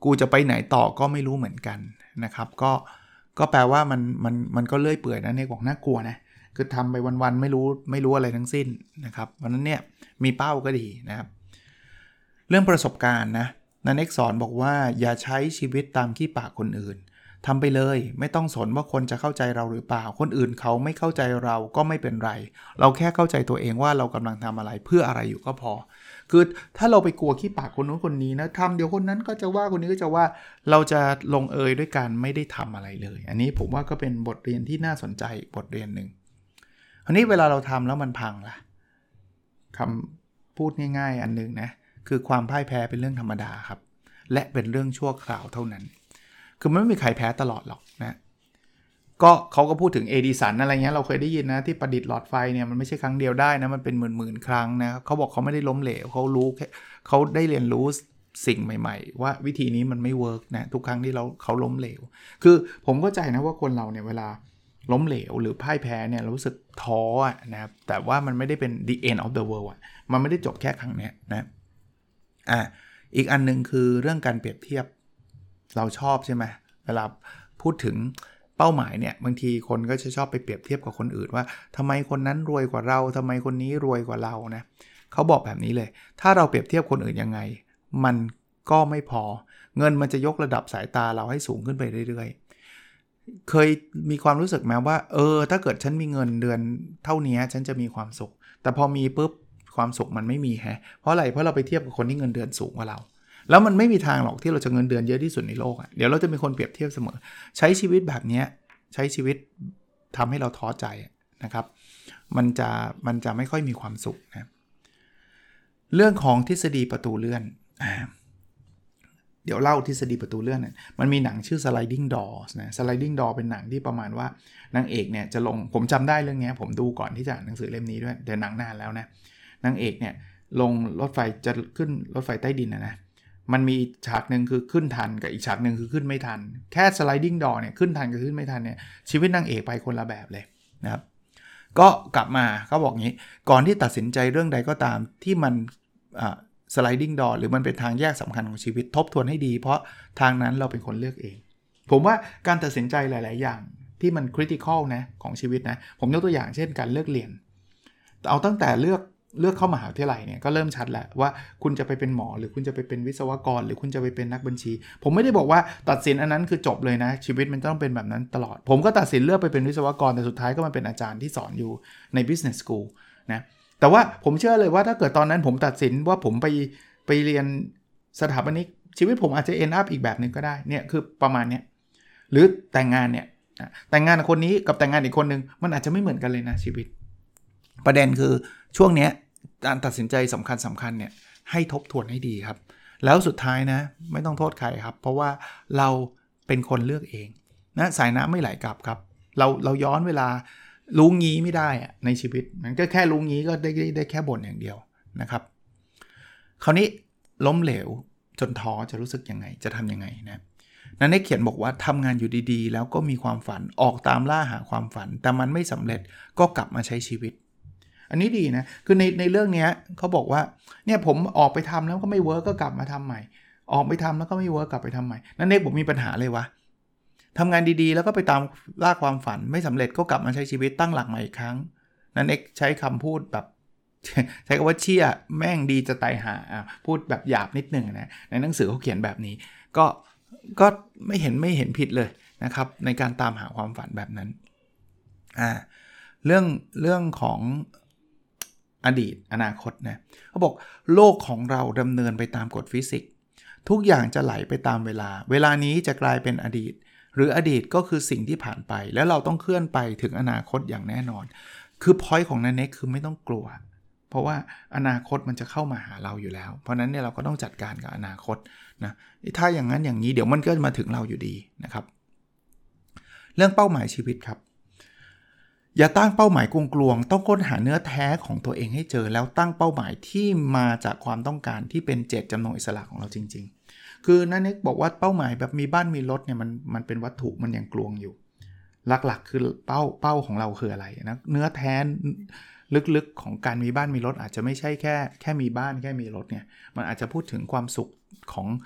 กูจะไปไหนต่อก็ไม่รู้เหมือนกันนะครับก็ก็แปลว่ามันมันมันก็เลื่อยเปื่อยนะเนกบอกน่ากลัวนะคือทำไปวันๆไม่รู้ไม่รู้อะไรทั้งสิ้นนะครับเพราะนั้นเนี่ยมีเป้าก็ดีนะครับเรื่องประสบการณ์นะนันเอกสอนบอกว่าอย่าใช้ชีวิตตามขี้ปากคนอื่นทำไปเลยไม่ต้องสนว่าคนจะเข้าใจเราหรือเปล่าคนอื่นเขาไม่เข้าใจเราก็ไม่เป็นไรเราแค่เข้าใจตัวเองว่าเรากำลังทำอะไรเพื่ออะไรอยู่ก็พอคือถ้าเราไปกลัวขี้ปากคนนู้นคนนี้นะทำเดี๋ยวคนนั้นก็จะว่าคนนี้ก็จะว่าเราจะลงเอยด้วยการไม่ได้ทำอะไรเลยอันนี้ผมว่าก็เป็นบทเรียนที่น่าสนใจบทเรียนหนึ่งคราวนี้เวลาเราทำแล้วมันพังล่ะคำพูดง่ายๆอันนึงนะคือความพ่ายแพ้เป็นเรื่องธรรมดาครับและเป็นเรื่องชั่วคราวเท่านั้นคือมันไม่มีใครแพ้ตลอดหรอกนะก็เขาก็พูดถึงเอดิสันอะไรเงี้ยเราเคยได้ยินนะที่ประดิษฐ์หลอดไฟเนี่ยมันไม่ใช่ครั้งเดียวได้นะมันเป็นหมื่นๆครั้งนะเขาบอกเขาไม่ได้ล้มเหลวเขารู้เขาได้เรียนรู้สิ่งใหม่ๆว่าวิธีนี้มันไม่เวิร์กนะทุกครั้งที่เราเขาล้มเหลวคือผมเข้าใจนะว่าคนเราเนี่ยเวลาล้มเหลวหรือพ่ายแพ้เนี่ยรู้สึกท้อนะครับแต่ว่ามันไม่ได้เป็น the end of the world อ่ะมันไม่ได้จบแค่ครั้งนี้นะอ่ะอีกอันนึงคือเรื่องการเปรียบเทียบเราชอบใช่ไหมเวลาพูดถึงเป้าหมายเนี่ยบางทีคนก็จะชอบไปเปรียบเทียบกับคนอื่นว่าทำไมคนนั้นรวยกว่าเราทำไมคนนี้รวยกว่าเรานะเขาบอกแบบนี้เลยถ้าเราเปรียบเทียบคนอื่นยังไงมันก็ไม่พอเงินมันจะยกระดับสายตาเราให้สูงขึ้นไปเรื่อยๆเคยมีความรู้สึกไหมว่าเออถ้าเกิดฉันมีเงินเดือนเท่านี้ฉันจะมีความสุขแต่พอมีปุ๊บความสุขมันไม่มีแฮะเพราะอะไรเพราะเราไปเทียบกับคนที่เงินเดือนสูงกว่าเราแล้วมันไม่มีทางหรอกที่เราจะเงินเดือนเยอะที่สุดในโลกอ่ะเดี๋ยวเราจะมีคนเปรียบเทียบเสมอใช้ชีวิตแบบนี้ใช้ชีวิตทำให้เราท้อใจนะครับมันจะมันจะไม่ค่อยมีความสุขนะเรื่องของทฤษฎีประตูเลื่อนเดี๋ยวเล่าทฤษฎีประตูเลื่อนนะมันมีหนังชื่อ Sliding Doors นะ Sliding Door เป็นหนังที่ประมาณว่านางเอกเนี่ยจะลงผมจำได้เรื่องนี้ผมดูก่อนที่จะอ่านหนังสือเล่มนี้ด้วยแต่หนังนานแล้วนะนางเอกเนี่ยลงรถไฟจะขึ้นรถไฟใต้ดินนะนะมันมีฉากนึงคือขึ้นทันกับอีกฉากนึงคือขึ้นไม่ทันแค่ sliding door เนี่ยขึ้นทันกับขึ้นไม่ทันเนี่ยชีวิตนางเอกไปคนละแบบเลยนะครับก็กลับมาเขาบอกงี้ก่อนที่ตัดสินใจเรื่องใดก็ตามที่มันอ่า sliding door หรือมันเป็นทางแยกสำคัญของชีวิตทบทวนให้ดีเพราะทางนั้นเราเป็นคนเลือกเองผมว่าการตัดสินใจหลายๆอย่างที่มัน critical นะของชีวิตนะผมยกตัวอย่างเช่นการเลือกเรียนเอาตั้งแต่เลือกเลือกเข้ามหาวิทยาลัยเนี่ยก็เริ่มชัดแล้วว่าคุณจะไปเป็นหมอหรือคุณจะไปเป็นวิศวกรหรือคุณจะไปเป็นนักบัญชีผมไม่ได้บอกว่าตัดสินอันนั้นคือจบเลยนะชีวิตมันต้องเป็นแบบนั้นตลอดผมก็ตัดสินเลือกไปเป็นวิศวกรแต่สุดท้ายก็มาเป็นอาจารย์ที่สอนอยู่ใน business school นะแต่ว่าผมเชื่อเลยว่าถ้าเกิดตอนนั้นผมตัดสินว่าผมไปไปเรียนสถาปนิกชีวิตผมอาจจะ end up อีกแบบนึงก็ได้เนี่ยคือประมาณเนี้ยหรือแต่งงานเนี่ยแต่งงานกับคนนี้กับแต่งงานอีกคนนึงมันอาจจะไม่เหมือนกันเลยนะชีวิตประเด็นคือช่วงเนี้ยการตัดสินใจสำคัญสำคัญเนี่ยให้ทบทวนให้ดีครับแล้วสุดท้ายนะไม่ต้องโทษใครครับเพราะว่าเราเป็นคนเลือกเองนะสายน้ำไม่ไหลกลับครับเราเราย้อนเวลารู้งี้ไม่ได้อะในชีวิตมันก็แค่รู้งี้ก็ได้ได้ได้แค่บ่นอย่างเดียวนะครับคราวนี้ล้มเหลวจนท้อจะรู้สึกยังไงจะทำยังไงนะนั่นได้เขียนบอกว่าทำงานอยู่ดีๆแล้วก็มีความฝันออกตามล่าหาความฝันแต่มันไม่สำเร็จก็กลับมาใช้ชีวิตอันนี้ดีนะคือในในเรื่องนี้เขาบอกว่าเนี่ยผมออกไปทำแล้วก็ไม่เวิร์กก็กลับมาทำใหม่ออกไปทำแล้วก็ไม่เวิร์กกลับไปทำใหม่นั่นเองผมมีปัญหาเลยวะทำงานดีๆแล้วก็ไปตามล่าความฝันไม่สำเร็จก็กลับมาใช้ชีวิตตั้งหลักใหม่อีกครั้งนั่นเองใช้คำพูดแบบใช้คำว่าเชี่ยแม่งดีจะตายหาพูดแบบหยาบนิดนึงนะในหนังสือเขาเขียนแบบนี้ก็ก็ไม่เห็นไม่เห็นผิดเลยนะครับในการตามหาความฝันแบบนั้นอ่าเรื่องเรื่องของอดีตอนาคตนะเขาบอกโลกของเราดำเนินไปตามกฎฟิสิกส์ทุกอย่างจะไหลไปตามเวลาเวลานี้จะกลายเป็นอดีตหรืออดีตก็คือสิ่งที่ผ่านไปแล้วเราต้องเคลื่อนไปถึงอนาคตอย่างแน่นอนคือพอยต์ของนันเน็กคือไม่ต้องกลัวเพราะว่าอนาคตมันจะเข้ามาหาเราอยู่แล้วเพราะนั้นเนี่ยเราก็ต้องจัดการกับอนาคตนะถ้าอย่างนั้นอย่างนี้เดี๋ยวมันก็มาถึงเราอยู่ดีนะครับเรื่องเป้าหมายชีวิตครับอย่าตั้งเป้าหมายกลวงๆต้องค้นหาเนื้อแท้ของตัวเองให้เจอแล้วตั้งเป้าหมายที่มาจากความต้องการที่เป็นเจตจำนงอิสระของเราจริงๆคือนันเน็กบอกว่าเป้าหมายแบบมีบ้านมีรถเนี่ยมันมันเป็นวัตถุมันยังกลวงอยู่หลักๆคือเป้าเป้าของเราคืออะไรนะเนื้อแท้ลึกๆของการมีบ้านมีรถอาจจะไม่ใช่แค่แค่มีบ้านแค่มีรถเนี่ยมันอาจจะพูดถึงความสุขของ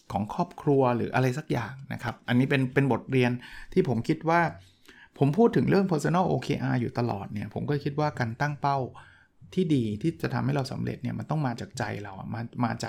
ของครอบครัวหรืออะไรสักอย่างนะครับอันนี้เป็นเป็นบทเรียนที่ผมคิดว่าผมพูดถึงเรื่อง personal โอ เค อาร์ อยู่ตลอดเนี่ยผมก็คิดว่าการตั้งเป้าที่ดีที่จะทำให้เราสำเร็จเนี่ยมันต้องมาจากใจเราอ่ะมามาจาก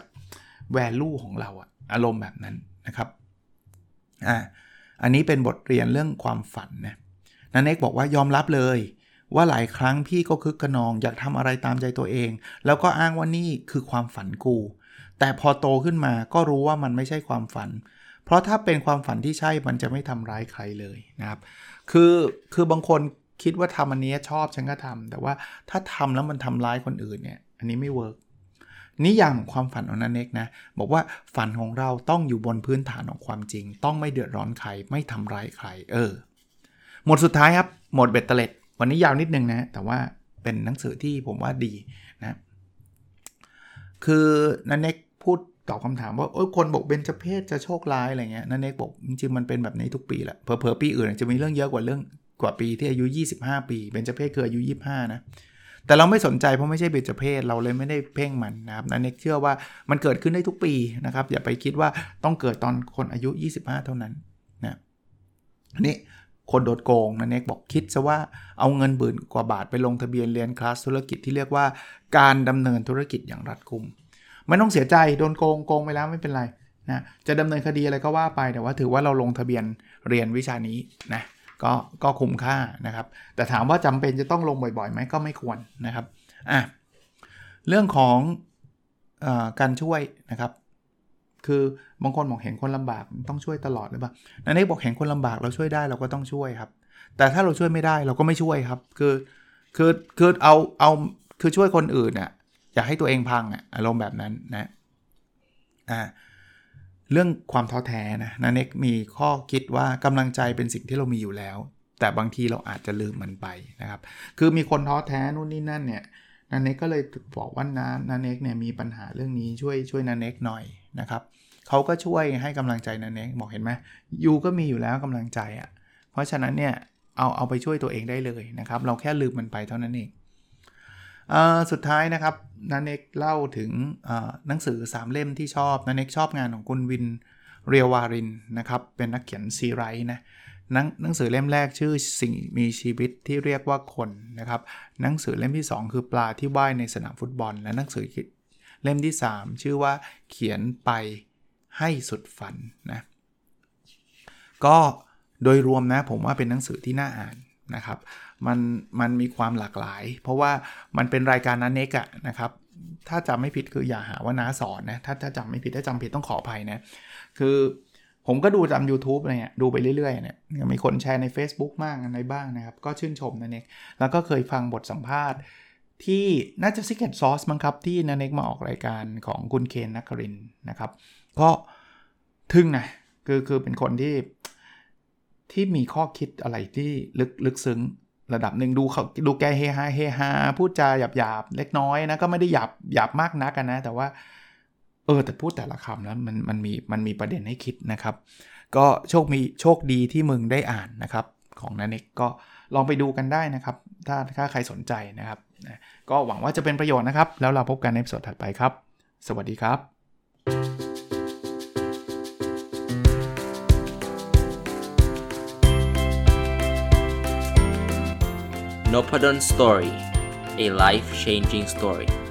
value ของเราอ่ะอารมณ์แบบนั้นนะครับอ่าอันนี้เป็นบทเรียนเรื่องความฝันนะนันเอกบอกว่ายอมรับเลยว่าหลายครั้งพี่ก็คึกขนองอยากทำอะไรตามใจตัวเองแล้วก็อ้างว่านี่คือความฝันกูแต่พอโตขึ้นมาก็รู้ว่ามันไม่ใช่ความฝันเพราะถ้าเป็นความฝันที่ใช่มันจะไม่ทำร้ายใครเลยนะครับคือคือบางคนคิดว่าทำอันนี้ชอบฉันก็ทำแต่ว่าถ้าทำแล้วมันทำร้ายคนอื่นเนี่ยอันนี้ไม่เวิร์กนี่อย่างความฝันของนันเอกนะบอกว่าฝันของเราต้องอยู่บนพื้นฐานของความจริงต้องไม่เดือดร้อนใครไม่ทำร้ายใครเออหมดสุดท้ายครับหมดเบ็ดเตล็ดวันนี้ยาวนิดนึงนะแต่ว่าเป็นหนังสือที่ผมว่าดีนะคือนันเอกพูดตอบคำถามว่าโอ้ยคนบอกเบญจเพสจะโชคร้ายอะไรเงี้ยนันเอกบอกจริงๆมันเป็นแบบนี้ทุกปีแหละเผลอๆปีอื่นจะมีเรื่องเยอะกว่าเรื่องกว่าปีที่อายุยี่สิบห้าปีเบญจเพสคืออายุยี่สิบห้านะแต่เราไม่สนใจเพราะไม่ใช่เบญจเพสเราเลยไม่ได้เพ่งมันนะครับนันเอกเชื่อว่ามันเกิดขึ้นได้ทุกปีนะครับอย่าไปคิดว่าต้องเกิดตอนคนอายุยี่สิบห้าเท่านั้นนะนี่คนโดนโกงนันเอกบอกคิดซะว่าเอาเงินหมื่นกว่าบาทไปลงทะเบียนเรียนคลาสธุรกิจที่เรียกว่าการดำเนินธุรกิจอย่างรัดกุมไม่ต้องเสียใจโดนโกงโกงไปแล้วไม่เป็นไรนะจะดำเนินคดีอะไรก็ว่าไปแต่ว่าถือว่าเราลงทะเบียนเรียนวิชานี้นะก็ก็คุ้มค่านะครับแต่ถามว่าจำเป็นจะต้องลงบ่อยๆไหมก็ไม่ควรนะครับอ่ะเรื่องของเอ่อการช่วยนะครับคือบางคนบอกเห็นคนลำบากต้องช่วยตลอดหรือเปล่านั่นเองบอกเห็นคนลำบากเราช่วยได้เราก็ต้องช่วยครับแต่ถ้าเราช่วยไม่ได้เราก็ไม่ช่วยครับคือคือคือเอาเอาคือช่วยคนอื่นน่ะอย่าให้ตัวเองพังอ่ะอารมณ์แบบนั้นนะอ่าเรื่องความท้อแท้นะนันเอกมีข้อคิดว่ากำลังใจเป็นสิ่งที่เรามีอยู่แล้วแต่บางทีเราอาจจะลืมมันไปนะครับคือมีคนท้อแท้นู่นนี่นั่นเนี่ยนันเอกก็เลยบอกว่านันนันเอกเนี่ยมีปัญหาเรื่องนี้ช่วยช่วยนันเอกหน่อยนะครับเขาก็ช่วยให้กำลังใจนันเอกบอกเห็นไหมยูก็มีอยู่แล้วกำลังใจอ่ะเพราะฉะนั้นเนี่ยเอาเอาไปช่วยตัวเองได้เลยนะครับเราแค่ลืมมันไปเท่านั้นเองสุดท้ายนะครับนันเอกเล่าถึงหนังสือสามเล่มที่ชอบนันเอกชอบงานของคุณวินเรียววารินนะครับเป็นนักเขียนซีไรต์นะหนังสือเล่มแรกชื่อสิ่งมีชีวิตที่เรียกว่าคนนะครับหนังสือเล่มที่สองคือปลาที่ว่ายในสนามฟุตบอลและหนังสือเล่มที่สามชื่อว่าเขียนไปให้สุดฝันนะก็โดยรวมนะผมว่าเป็นหนังสือที่น่าอ่านนะครับมันมันมีความหลากหลายเพราะว่ามันเป็นรายการนันเน็กอะนะครับถ้าจำไม่ผิดคืออย่าหาว่าน้าสอนนะถ้าถ้าจำไม่ผิดถ้าจำผิดต้องขออภัยนะคือผมก็ดูตาม YouTube อะไรเนี่ยดูไปเรื่อยๆเนี่ยมีคนแชร์ใน Facebook มากอะไรบ้างนะครับก็ชื่นชมนันเน็กแล้วก็เคยฟังบทสัมภาษณ์ที่น่าจะ Secret Sauce มั้งครับที่นันเน็กมาออกรายการของคุณเคนนักครินทร์นะครับก็ทึ่งนะคือคือเป็นคนที่ที่มีข้อคิดอะไรที่ลึกลึกซึ้งระดับหนึ่งดูเขาดูแกเฮฮาเฮฮาพูดจาหยาบหยาบเล็กน้อยนะก็ไม่ได้หยาบหยาบมากนักนะแต่ว่าเออแต่พูดแต่ละคำแล้วมันมันมีมันมีประเด็นให้คิดนะครับก็โชคมีโชคดีที่มึงได้อ่านนะครับของนันเน็กก็ลองไปดูกันได้นะครับถ้าถ้าใครสนใจนะครับก็หวังว่าจะเป็นประโยชน์นะครับแล้วเราพบกันในตอนถัดไปครับสวัสดีครับ Nopadon Story, a life-changing story.